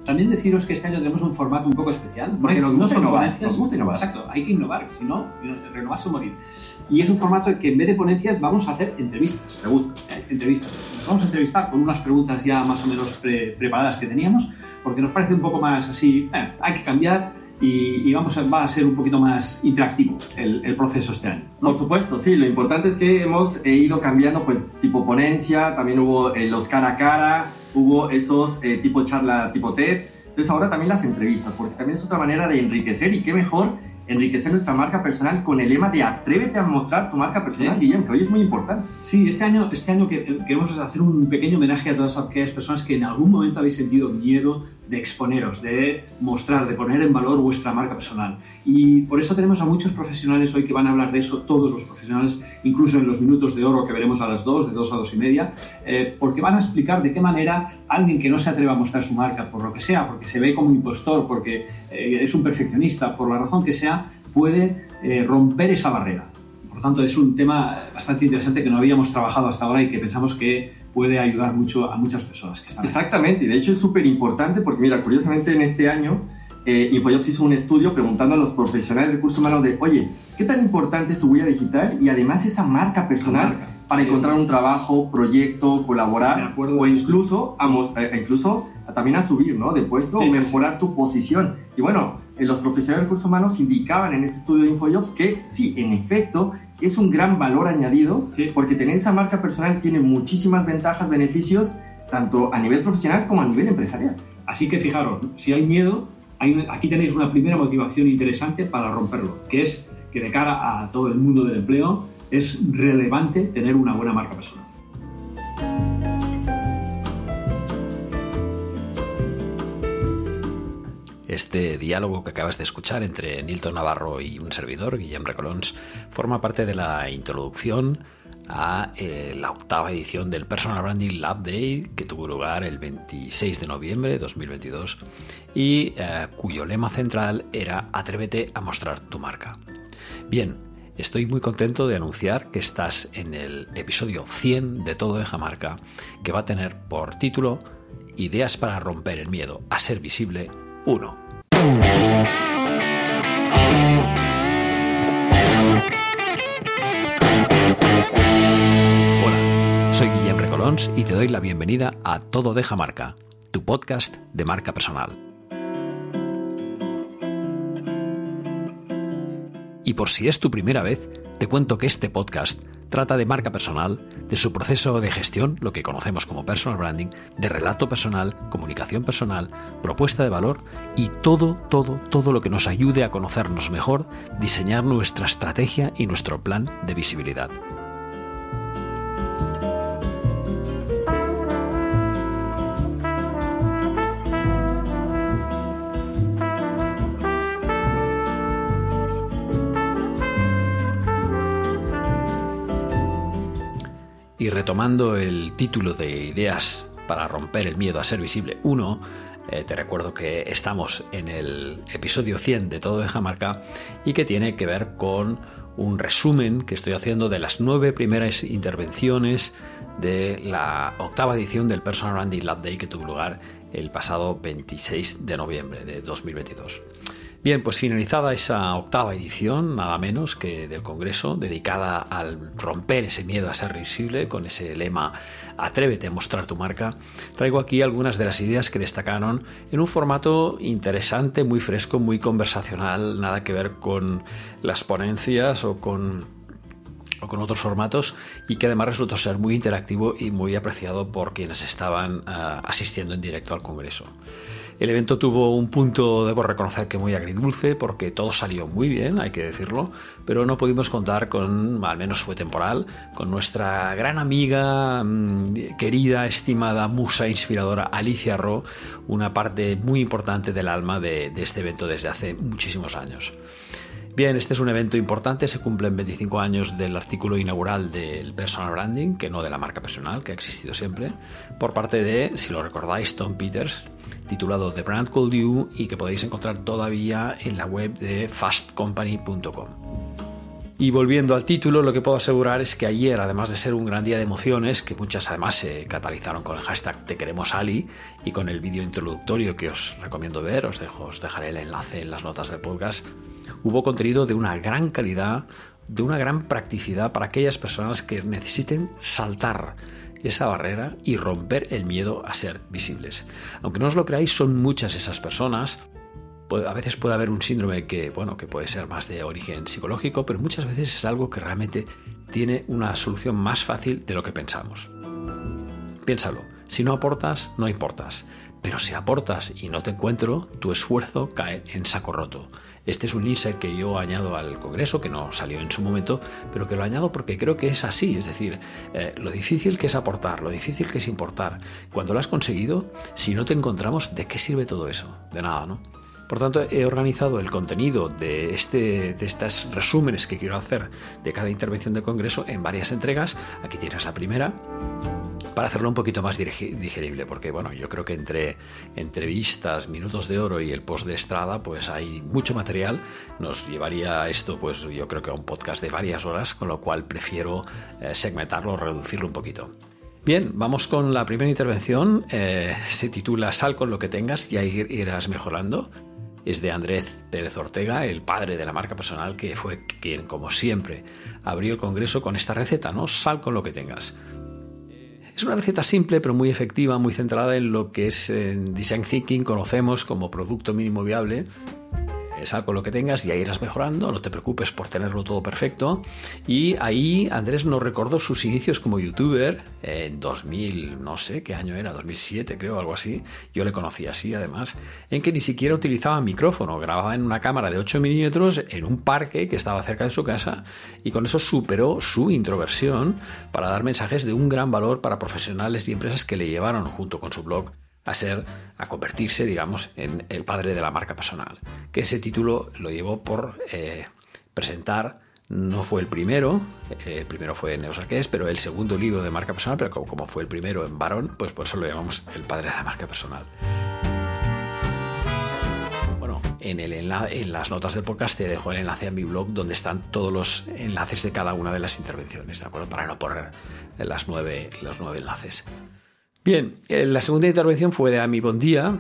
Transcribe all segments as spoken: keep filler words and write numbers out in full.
también deciros que este año tenemos un formato un poco especial. Porque nos gusta, no innovar, ponencias, nos gusta innovar. Exacto, hay que innovar, si no, renovarse o morir. Y es un formato que en vez de ponencias vamos a hacer entrevistas. Me gusta. ¿Eh? Entrevistas. Nos vamos a entrevistar con unas preguntas ya más o menos pre- preparadas que teníamos, porque nos parece un poco más así, eh, hay que cambiar. Y, y vamos a, va a ser un poquito más interactivo el, el proceso este año, ¿no? Por supuesto, sí. Lo importante es que hemos eh, ido cambiando, pues, tipo ponencia, también hubo eh, los cara a cara, hubo esos eh, tipo charla, tipo TED. Entonces ahora también las entrevistas, porque también es otra manera de enriquecer, y qué mejor enriquecer nuestra marca personal con el lema de atrévete a mostrar tu marca personal, Sí. Guillem, que hoy es muy importante. Sí, este año, este año que, queremos hacer un pequeño homenaje a todas aquellas personas que en algún momento habéis sentido miedo de exponeros, de mostrar, de poner en valor vuestra marca personal. Y por eso tenemos a muchos profesionales hoy que van a hablar de eso, todos los profesionales, incluso en los minutos de oro que veremos a las dos, de dos a dos y media, eh, porque van a explicar de qué manera alguien que no se atreva a mostrar su marca, por lo que sea, porque se ve como impostor, porque eh, es un perfeccionista, por la razón que sea, puede eh, romper esa barrera. Por lo tanto, es un tema bastante interesante que no habíamos trabajado hasta ahora y que pensamos que puede ayudar mucho a muchas personas que están ahí. Exactamente, y de hecho es súper importante porque, mira, curiosamente en este año eh, InfoJobs hizo un estudio preguntando a los profesionales de recursos humanos de, oye, ¿qué tan importante es tu huella digital y además esa marca personal marca. para encontrar un trabajo, proyecto, colaborar o sí, incluso, a, mos- a, incluso a, también a subir, ¿no?, de puesto sí, o sí, mejorar tu posición? Y bueno, eh, los profesionales de recursos humanos indicaban en este estudio de InfoJobs que sí, en efecto, es un gran valor añadido, sí. porque tener esa marca personal tiene muchísimas ventajas, beneficios, tanto a nivel profesional como a nivel empresarial. Así que fijaros, si hay miedo, hay una, aquí tenéis una primera motivación interesante para romperlo, que es que de cara a todo el mundo del empleo es relevante tener una buena marca personal. Este diálogo que acabas de escuchar entre Nilton Navarro y un servidor, Guillem Recolons, forma parte de la introducción a eh, la octava edición del Personal Branding Lab Day, que tuvo lugar el veintiséis de noviembre de dos mil veintidós y eh, cuyo lema central era Atrévete a mostrar tu marca. Bien, estoy muy contento de anunciar que estás en el episodio cien de Todo Deja Marca, que va a tener por título Ideas para romper el miedo a ser visible uno. Hola, soy Guillem Recolons y te doy la bienvenida a Todo Deja Marca, tu podcast de marca personal. Y por si es tu primera vez, te cuento que este podcast trata de marca personal, de su proceso de gestión, lo que conocemos como personal branding, de relato personal, comunicación personal, propuesta de valor y todo, todo, todo lo que nos ayude a conocernos mejor, diseñar nuestra estrategia y nuestro plan de visibilidad. Y retomando el título de Ideas para romper el miedo a ser visible uno, eh, te recuerdo que estamos en el episodio cien de Todo Deja Marca y que tiene que ver con un resumen que estoy haciendo de las nueve primeras intervenciones de la octava edición del Personal Branding Lab Day que tuvo lugar el pasado veintiséis de noviembre de dos mil veintidós. Bien, pues finalizada esa octava edición, nada menos que del Congreso, dedicada al romper ese miedo a ser visible, con ese lema Atrévete a mostrar tu marca, traigo aquí algunas de las ideas que destacaron en un formato interesante, muy fresco, muy conversacional, nada que ver con las ponencias o con... o con otros formatos, y que además resultó ser muy interactivo y muy apreciado por quienes estaban uh, asistiendo en directo al Congreso. El evento tuvo un punto, debo reconocer que muy agridulce, porque todo salió muy bien, hay que decirlo, pero no pudimos contar con, al menos fue temporal, con nuestra gran amiga, mmm, querida, estimada, musa inspiradora Alicia Ro, una parte muy importante del alma de, de este evento desde hace muchísimos años. Bien, este es un evento importante, se cumplen veinticinco años del artículo inaugural del Personal Branding, que no de la marca personal, que ha existido siempre, por parte de, si lo recordáis, Tom Peters, titulado The Brand Called You, y que podéis encontrar todavía en la web de fast company punto com. Y volviendo al título, lo que puedo asegurar es que ayer, además de ser un gran día de emociones, que muchas además se catalizaron con el hashtag Te Queremos Ali y con el vídeo introductorio que os recomiendo ver, os, dejo, os dejaré el enlace en las notas del podcast, hubo contenido de una gran calidad, de una gran practicidad para aquellas personas que necesiten saltar esa barrera y romper el miedo a ser visibles. Aunque no os lo creáis, son muchas esas personas. A veces puede haber un síndrome que, bueno, que puede ser más de origen psicológico, pero muchas veces es algo que realmente tiene una solución más fácil de lo que pensamos. Piénsalo, si no aportas, no importas, pero si aportas y no te encuentro, tu esfuerzo cae en saco roto. Este es un insight que yo añado al Congreso, que no salió en su momento, pero que lo añado porque creo que es así, es decir, eh, lo difícil que es aportar, lo difícil que es importar. Cuando lo has conseguido, si no te encontramos, ¿de qué sirve todo eso? De nada, ¿no? Por tanto, he organizado el contenido de, este, de estos resúmenes que quiero hacer de cada intervención del Congreso en varias entregas. Aquí tienes la primera, para hacerlo un poquito más digerible, porque bueno, yo creo que entre entrevistas, minutos de oro y el post de Estrada, pues hay mucho material. Nos llevaría esto, pues yo creo que a un podcast de varias horas, con lo cual prefiero eh, segmentarlo, reducirlo un poquito. Bien, vamos con la primera intervención. Eh, se titula Sal con lo que tengas y ahí irás mejorando. Es de Andrés Pérez Ortega, el padre de la marca personal, que fue quien, como siempre, abrió el Congreso con esta receta, ¿no? Sal con lo que tengas. Es una receta simple, pero muy efectiva, muy centrada en lo que es en Design Thinking conocemos como producto mínimo viable. Sal con lo que tengas y ahí irás mejorando, no te preocupes por tenerlo todo perfecto. Y ahí Andrés nos recordó sus inicios como youtuber en dos mil, no sé qué año era, dos mil siete creo, algo así. Yo le conocí así además, en que ni siquiera utilizaba micrófono, grababa en una cámara de ocho milímetros en un parque que estaba cerca de su casa y con eso superó su introversión para dar mensajes de un gran valor para profesionales y empresas que le llevaron junto con su blog a ser, a convertirse, digamos, en el padre de la marca personal. Que ese título lo llevó por eh, presentar, no fue el primero, eh, el primero fue en Neosarqués, pero el segundo libro de marca personal, pero como, como fue el primero en varón, pues por eso lo llamamos el padre de la marca personal. Bueno, en, el enlace, en las notas del podcast te dejo el enlace a mi blog donde están todos los enlaces de cada una de las intervenciones, ¿de acuerdo? Para no poner las nueve, los nueve enlaces. Bien, la segunda intervención fue de Ami Bondía,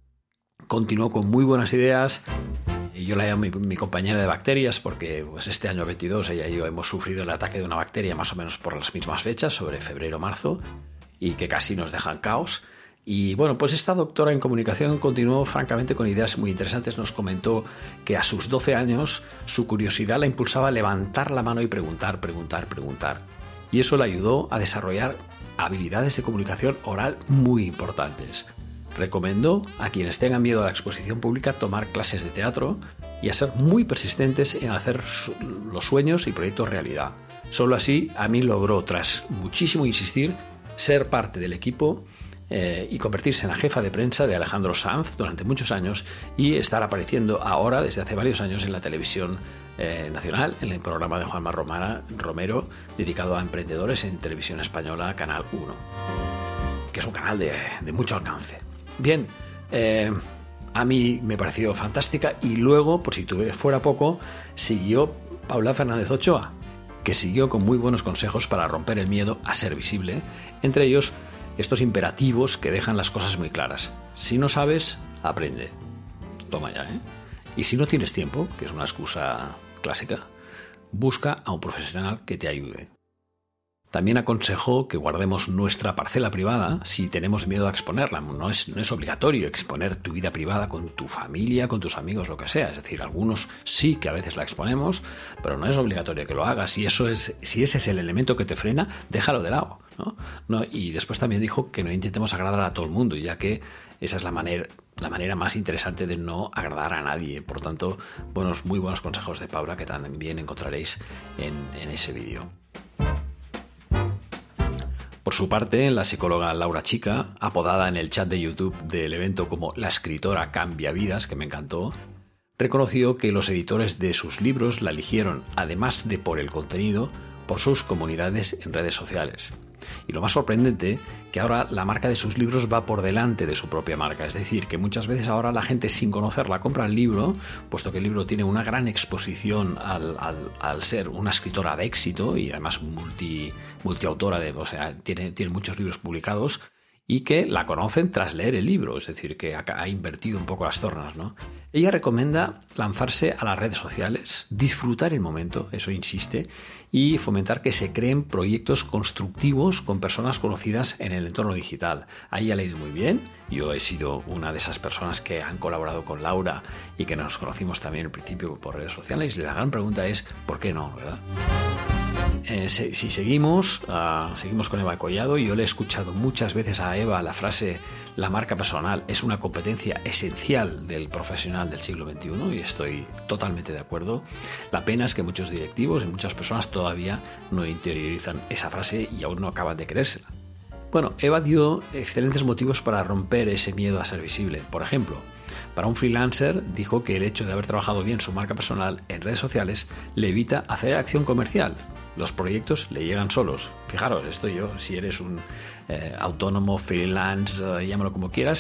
continuó con muy buenas ideas. Yo la llamo mi, mi compañera de bacterias porque pues este año veintidós ella y yo hemos sufrido el ataque de una bacteria más o menos por las mismas fechas, sobre febrero-marzo, y que casi nos dejan caos. Y bueno, pues esta doctora en comunicación continuó francamente con ideas muy interesantes. Nos comentó que a sus doce años su curiosidad la impulsaba a levantar la mano y preguntar, preguntar, preguntar. Y eso la ayudó a desarrollar habilidades de comunicación oral muy importantes. Recomendó a quienes tengan miedo a la exposición pública tomar clases de teatro y a ser muy persistentes en hacer los sueños y proyectos realidad. Solo así, Ami logró, tras muchísimo insistir, ser parte del equipo eh, y convertirse en la jefa de prensa de Alejandro Sanz durante muchos años y estar apareciendo ahora, desde hace varios años, en la televisión Eh, nacional, en el programa de Juanma Romana, Romero, dedicado a emprendedores en Televisión Española, Canal uno, que es un canal de, de mucho alcance. Bien, eh, a mí me pareció fantástica y luego, por si fuera poco, siguió Paula Fernández Ochoa, que siguió con muy buenos consejos para romper el miedo a ser visible, entre ellos estos imperativos que dejan las cosas muy claras. Si no sabes, aprende. Toma ya, ¿eh? Y si no tienes tiempo, que es una excusa clásica, busca a un profesional que te ayude. También aconsejó que guardemos nuestra parcela privada si tenemos miedo a exponerla. No es, no es obligatorio exponer tu vida privada con tu familia, con tus amigos, lo que sea. Es decir, algunos sí que a veces la exponemos, pero no es obligatorio que lo hagas. Si, eso es, si ese es el elemento que te frena, déjalo de lado, ¿no? No, y después también dijo que no intentemos agradar a todo el mundo, ya que esa es la manera, la manera más interesante de no agradar a nadie. Por tanto, buenos, muy buenos consejos de Paula que también encontraréis en, en ese vídeo. Por su parte, la psicóloga Laura Chica, apodada en el chat de YouTube del evento como la escritora cambia vidas, que me encantó, reconoció que los editores de sus libros la eligieron, además de por el contenido, por sus comunidades en redes sociales. Y lo más sorprendente, que ahora la marca de sus libros va por delante de su propia marca. Es decir, que muchas veces ahora la gente sin conocerla compra el libro, puesto que el libro tiene una gran exposición al, al, al ser una escritora de éxito y además multi, multiautora, de, o sea, tiene, tiene muchos libros publicados, y que la conocen tras leer el libro, es decir, que ha, ha invertido un poco las tornas, ¿no? Ella recomienda lanzarse a las redes sociales, disfrutar el momento, eso insiste, y fomentar que se creen proyectos constructivos con personas conocidas en el entorno digital. Ahí ha leído muy bien, yo he sido una de esas personas que han colaborado con Laura y que nos conocimos también al principio por redes sociales, y la gran pregunta es, ¿por qué no, verdad? Eh, si, si seguimos, uh, seguimos con Eva Collado, yo le he escuchado muchas veces a Eva la frase la marca personal es una competencia esencial del profesional del siglo veintiuno y estoy totalmente de acuerdo. La pena es que muchos directivos y muchas personas todavía no interiorizan esa frase y aún no acaban de creérsela. Bueno, Eva dio excelentes motivos para romper ese miedo a ser visible. Por ejemplo, para un freelancer dijo que el hecho de haber trabajado bien su marca personal en redes sociales le evita hacer acción comercial. Los proyectos le llegan solos. Fijaros, esto yo, si eres un eh, autónomo, freelance, eh, llámalo como quieras,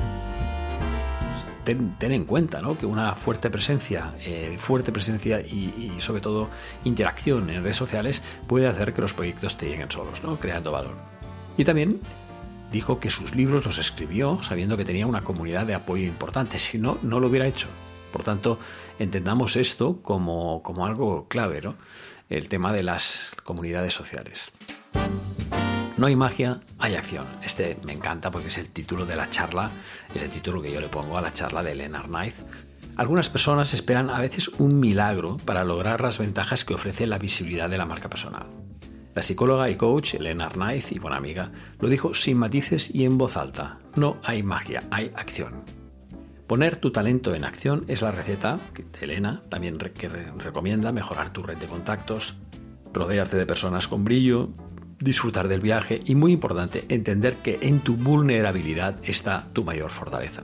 ten, ten en cuenta, ¿no?, que una fuerte presencia, eh, fuerte presencia y, y sobre todo interacción en redes sociales puede hacer que los proyectos te lleguen solos, ¿no?, creando valor. Y también dijo que sus libros los escribió sabiendo que tenía una comunidad de apoyo importante, si no, no lo hubiera hecho. Por tanto, entendamos esto como, como algo clave, ¿no?, el tema de las comunidades sociales. No hay magia, hay acción. Este me encanta porque es el título de la charla, es el título que yo le pongo a la charla de Ellen Arnaiz. Algunas personas esperan a veces un milagro para lograr las ventajas que ofrece la visibilidad de la marca personal. La psicóloga y coach Ellen Arnaiz, y buena amiga, lo dijo sin matices y en voz alta. No hay magia, hay acción. Poner tu talento en acción es la receta que Elena también que recomienda: mejorar tu red de contactos, rodearte de personas con brillo, disfrutar del viaje y, muy importante, entender que en tu vulnerabilidad está tu mayor fortaleza.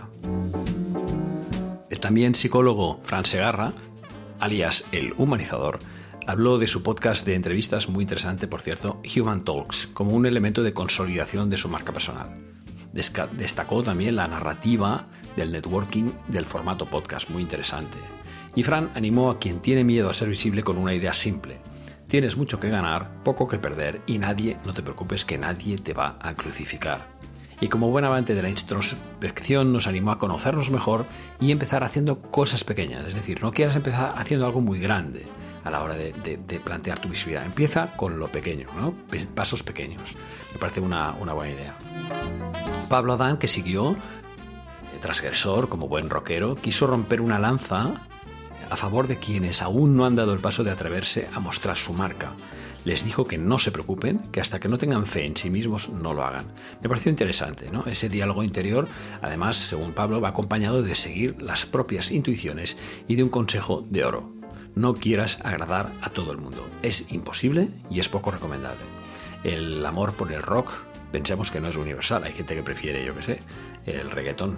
El también psicólogo Fran Segarra, alias El Humanizador, habló de su podcast de entrevistas muy interesante, por cierto, Human Talks, como un elemento de consolidación de su marca personal. Destacó también la narrativa del networking del formato podcast, muy interesante. Y Fran animó a quien tiene miedo a ser visible con una idea simple: tienes mucho que ganar, poco que perder y nadie, no te preocupes, que nadie te va a crucificar. Y como buen amante de la introspección, nos animó a conocernos mejor y empezar haciendo cosas pequeñas. Es decir, no quieras empezar haciendo algo muy grande a la hora de, de, de plantear tu visibilidad. Empieza con lo pequeño, ¿no? Pasos pequeños. Me parece una, una buena idea. Pablo Adán, que siguió, transgresor, como buen rockero, quiso romper una lanza a favor de quienes aún no han dado el paso de atreverse a mostrar su marca. Les dijo que no se preocupen, que hasta que no tengan fe en sí mismos no lo hagan. Me pareció interesante, ¿no? Ese diálogo interior, además, según Pablo, va acompañado de seguir las propias intuiciones y de un consejo de oro: no quieras agradar a todo el mundo. Es imposible y es poco recomendable. El amor por el rock, pensemos que no es universal. Hay gente que prefiere, yo qué sé, el reggaetón.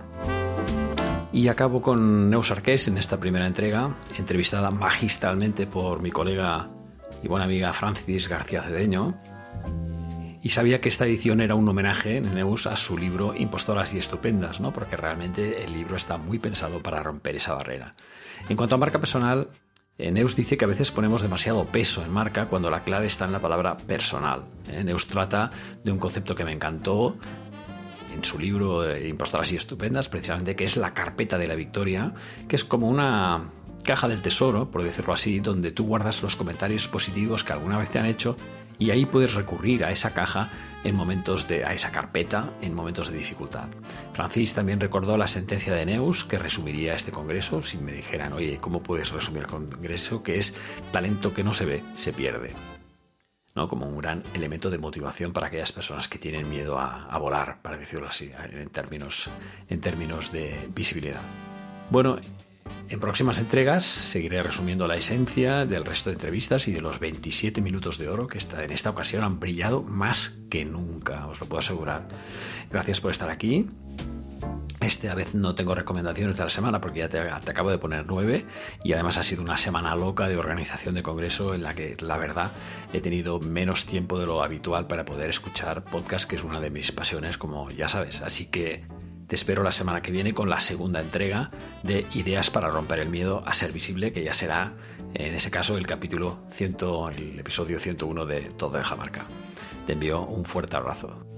Y acabo con Neus Arqués en esta primera entrega, entrevistada magistralmente por mi colega y buena amiga Francis García Cedeño. Y sabía que esta edición era un homenaje, Neus, a su libro Impostoras y Estupendas, ¿no?, porque realmente el libro está muy pensado para romper esa barrera. En cuanto a marca personal, Neus dice que a veces ponemos demasiado peso en marca cuando la clave está en la palabra personal. Neus trata de un concepto que me encantó en su libro Impostoras y Estupendas, precisamente, que es la carpeta de la victoria, que es como una caja del tesoro, por decirlo así, donde tú guardas los comentarios positivos que alguna vez te han hecho y ahí puedes recurrir a esa caja en momentos de, a esa carpeta en momentos de dificultad. Francis también recordó la sentencia de Neus, que resumiría este congreso si me dijeran: oye, ¿cómo puedes resumir el congreso? Que es: talento que no se ve, se pierde, ¿no? Como un gran elemento de motivación para aquellas personas que tienen miedo a, a volar, para decirlo así, en términos, en términos de visibilidad. Bueno, en próximas entregas seguiré resumiendo la esencia del resto de entrevistas y de los veintisiete minutos de oro que en esta ocasión han brillado más que nunca, os lo puedo asegurar. Gracias por estar aquí. Esta vez no tengo recomendaciones de la semana porque ya te, te acabo de poner nueve y además ha sido una semana loca de organización de congreso en la que la verdad he tenido menos tiempo de lo habitual para poder escuchar podcast, que es una de mis pasiones, como ya sabes. Así que te espero la semana que viene con la segunda entrega de Ideas para romper el miedo a ser visible, que ya será en ese caso el capítulo cien, el episodio ciento uno de Todo deja marca. Te envío un fuerte abrazo.